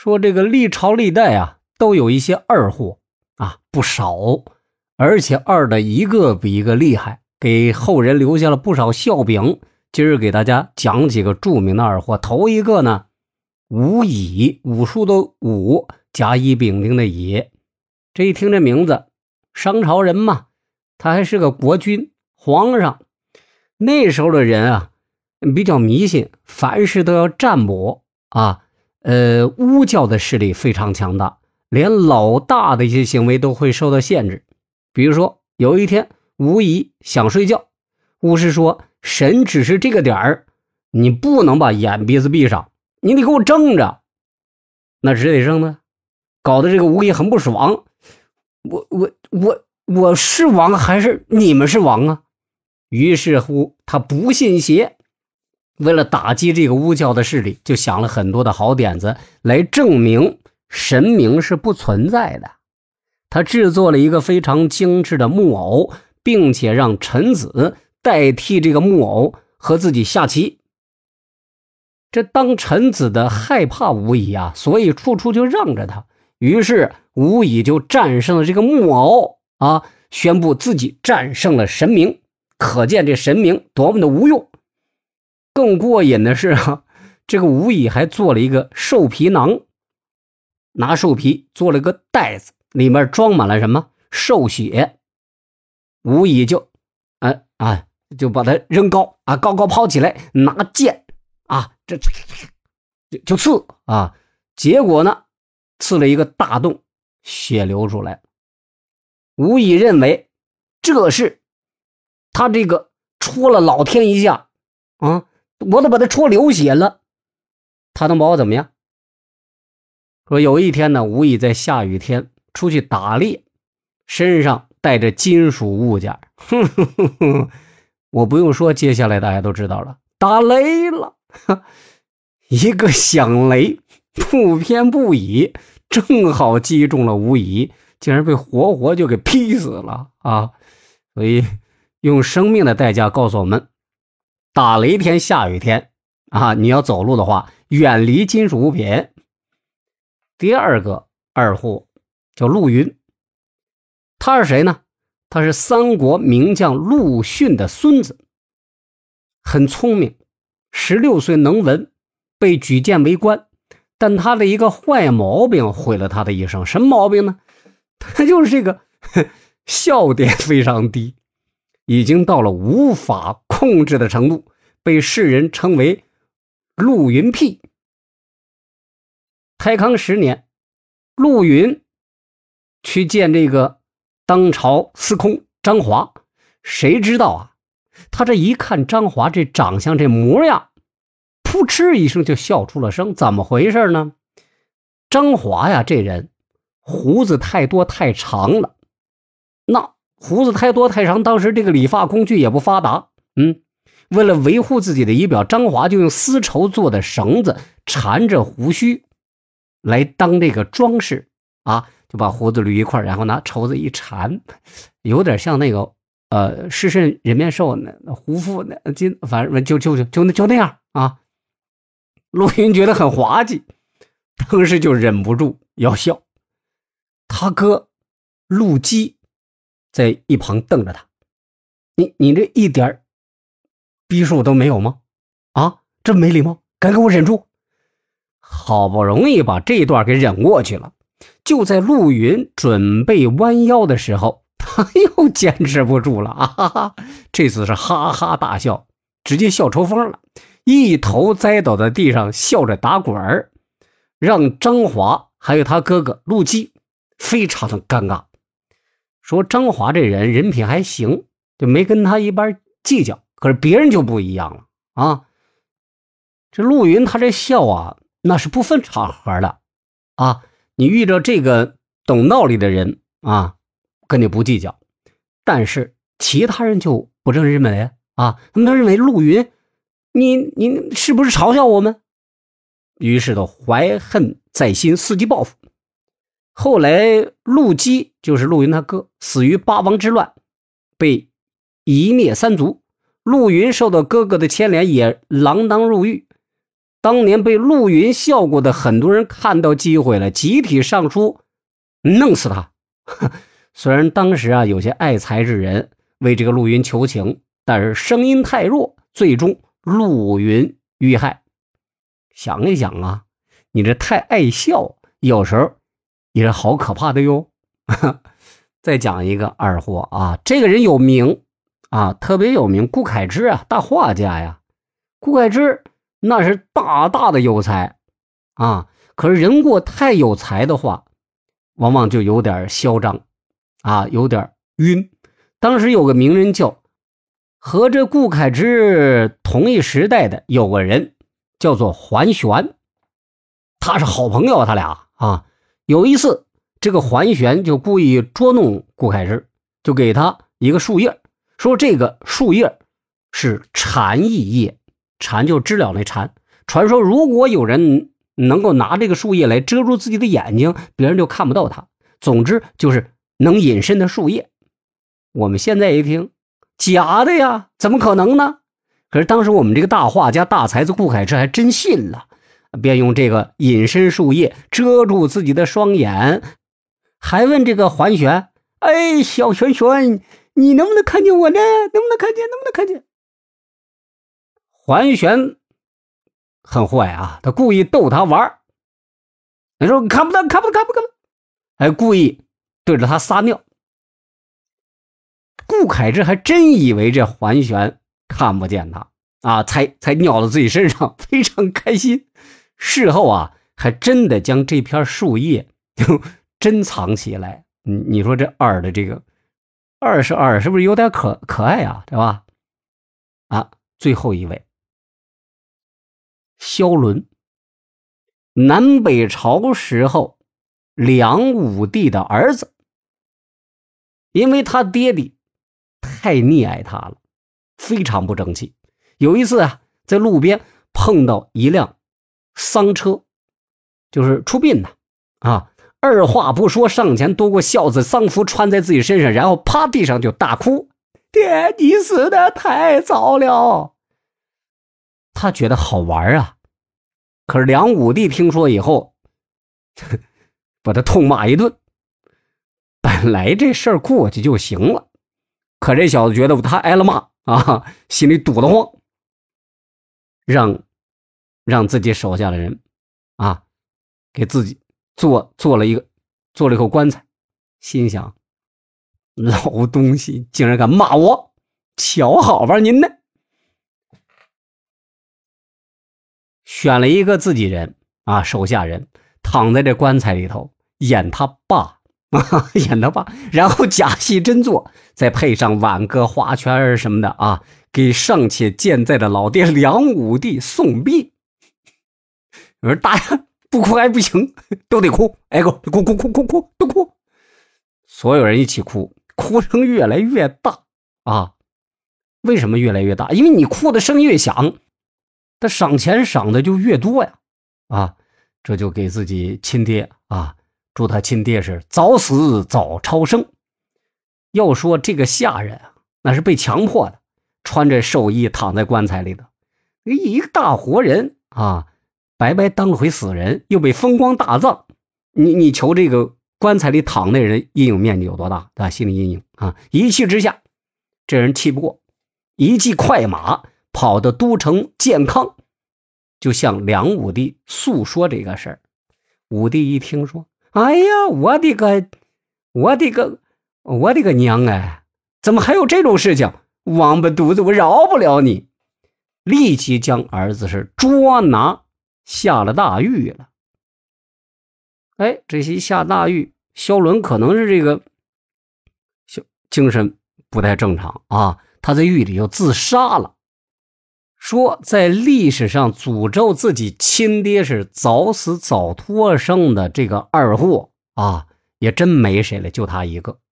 说这个历朝历代啊，都有一些二货啊，不少，而且二的一个比一个厉害，给后人留下了不少笑柄。今儿给大家讲几个著名的二货。头一个呢，武乙，武术的武，甲乙丙丁的乙。这一听这名字，商朝人嘛，他还是个国君皇上。那时候的人啊，比较迷信，凡事都要占卜啊。巫教的势力非常强大，连老大的一些行为都会受到限制。比如说有一天武乙想睡觉，巫师说神只是这个点儿，你不能把眼鼻子闭上，你得给我睁着。那只得睁呢，搞得这个武乙很不爽。我是王还是你们是王啊？于是乎他不信邪，为了打击这个巫教的势力，就想了很多的好点子来证明神明是不存在的。他制作了一个非常精致的木偶，并且让臣子代替这个木偶和自己下棋。这当臣子的害怕武乙啊，所以处处就让着他。于是武乙就战胜了这个木偶啊，宣布自己战胜了神明。可见这神明多么的无用。更过瘾的是啊，这个武乙还做了一个兽皮囊，拿兽皮做了个袋子，里面装满了什么兽血。武乙就就把它扔高啊，高高抛起来，拿剑啊，就刺啊，结果呢，刺了一个大洞，血流出来。武乙认为这是他这个戳了老天一下啊，我都把他戳流血了，他能把我怎么样？说有一天呢，武乙在下雨天出去打猎，身上带着金属物件，我不用说，接下来大家都知道了，打雷了。一个响雷，不偏不倚，正好击中了武乙，竟然被活活就给劈死了啊！所以用生命的代价告诉我们，打雷天下雨天啊，你要走路的话，远离金属物品。第二个二货叫陆云，他是谁呢？他是三国名将陆逊的孙子，很聪明，16岁能文，被举荐为官。但他的一个坏毛病毁了他的一生。什么毛病呢？他就是这个笑点非常低，已经到了无法控制的程度，被世人称为陆云癖。开康10年，陆云去见这个当朝司空张华，谁知道啊，他这一看张华这长相这模样，噗嗤一声就笑出了声。怎么回事呢？张华呀，这人胡子太多太长了，那胡子太多太长，当时这个理发工具也不发达，为了维护自己的仪表，张华就用丝绸做的绳子缠着胡须来当这个装饰啊，就把胡子捋一块，然后拿绸子一缠，有点像那个狮身人面兽那胡妇那反正就那样啊。陆云觉得很滑稽，当时就忍不住要笑。他哥陆基在一旁瞪着他，你这一点逼数都没有吗？啊，这没礼貌，敢给我忍住。好不容易把这段给忍过去了，就在陆云准备弯腰的时候，他又坚持不住了啊哈哈！这次是哈哈大笑，直接笑抽风了，一头栽倒在地上，笑着打滚儿，让张华还有他哥哥陆基非常的尴尬。说张华这人品还行，就没跟他一般计较，可是别人就不一样了啊！这陆云他这笑啊，那是不分场合的啊！你遇到这个懂道理的人啊，跟你不计较，但是其他人就不这么认为啊，他们都认为陆云，你是不是嘲笑我们？于是都怀恨在心，伺机报复。后来陆基就是陆云他哥，死于八王之乱，被夷灭三族。陆云受到哥哥的牵连，也锒铛入狱。 当年被陆云笑过的很多人看到机会了，集体上书弄死他。虽然当时有些爱才之人为这个陆云求情，但是声音太弱，最终陆云遇害。想一想你这太爱笑，有时候也是好可怕的哟。再讲一个二货这个人有名特别有名，顾恺之大画家呀。顾恺之那是大大的有才可是人过太有才的话，往往就有点嚣张有点晕。当时有个名人和这顾恺之同一时代的有个人叫做桓玄，他是好朋友他俩有一次这个桓玄就故意捉弄顾恺之，就给他一个树叶，说这个树叶是蝉翼叶，蝉就知了那蝉，传说如果有人能够拿这个树叶来遮住自己的眼睛，别人就看不到他。总之就是能隐身的树叶。我们现在一听，假的呀，怎么可能呢？可是当时我们这个大画家大才子顾恺之还真信了，便用这个隐身树叶遮住自己的双眼，还问这个桓玄，哎，小玄玄，你能不能看见我呢？能不能看见？能不能看见？桓玄很坏他故意逗他玩，他说看不到，看不到，看不到，还故意对着他撒尿。顾恺之还真以为这桓玄看不见他才尿到自己身上，非常开心。事后还真的将这片树叶就珍藏起来。你说这二的这个22是不是有点可爱对吧？最后一位萧伦，南北朝时候梁武帝的儿子，因为他爹地太溺爱他了，非常不争气。有一次在路边碰到一辆丧车，就是出殡的二话不说上前夺过孝子丧服穿在自己身上，然后趴地上就大哭，爹，你死的太早了。他觉得好玩可是梁武帝听说以后把他痛骂一顿。本来这事儿过去就行了，可这小子觉得他挨了骂心里堵得慌，让自己手下的人给自己做了一口棺材，心想老东西竟然敢骂我，瞧好吧您呢。选了一个自己人手下人躺在这棺材里头演他爸演他爸，然后假戏真做，再配上挽歌花圈什么的给尚且健在的老爹梁武帝送殡。有人大家不哭还不行，都得哭，哭都哭，所有人一起哭，哭声越来越大为什么越来越大？因为你哭的声音越响，他赏钱赏的就越多呀这就给自己亲爹祝他亲爹是早死早超生。要说这个下人那是被强迫的，穿着寿衣躺在棺材里的，一个大活人白白当了回死人，又被风光大葬，你求这个棺材里躺的人阴影面积有多大心理阴影一气之下，这人气不过，一骑快马跑到都城建康，就向梁武帝诉说这个事儿。武帝一听说，哎呀，我的个娘怎么还有这种事情？王八犊子，我饶不了你！立即将儿子是捉拿下了大狱了。这些下大狱，萧伦可能是这个精神不太正常他在狱里就自杀了。说在历史上诅咒自己亲爹是早死早脱生的这个二货也真没谁了，就他一个。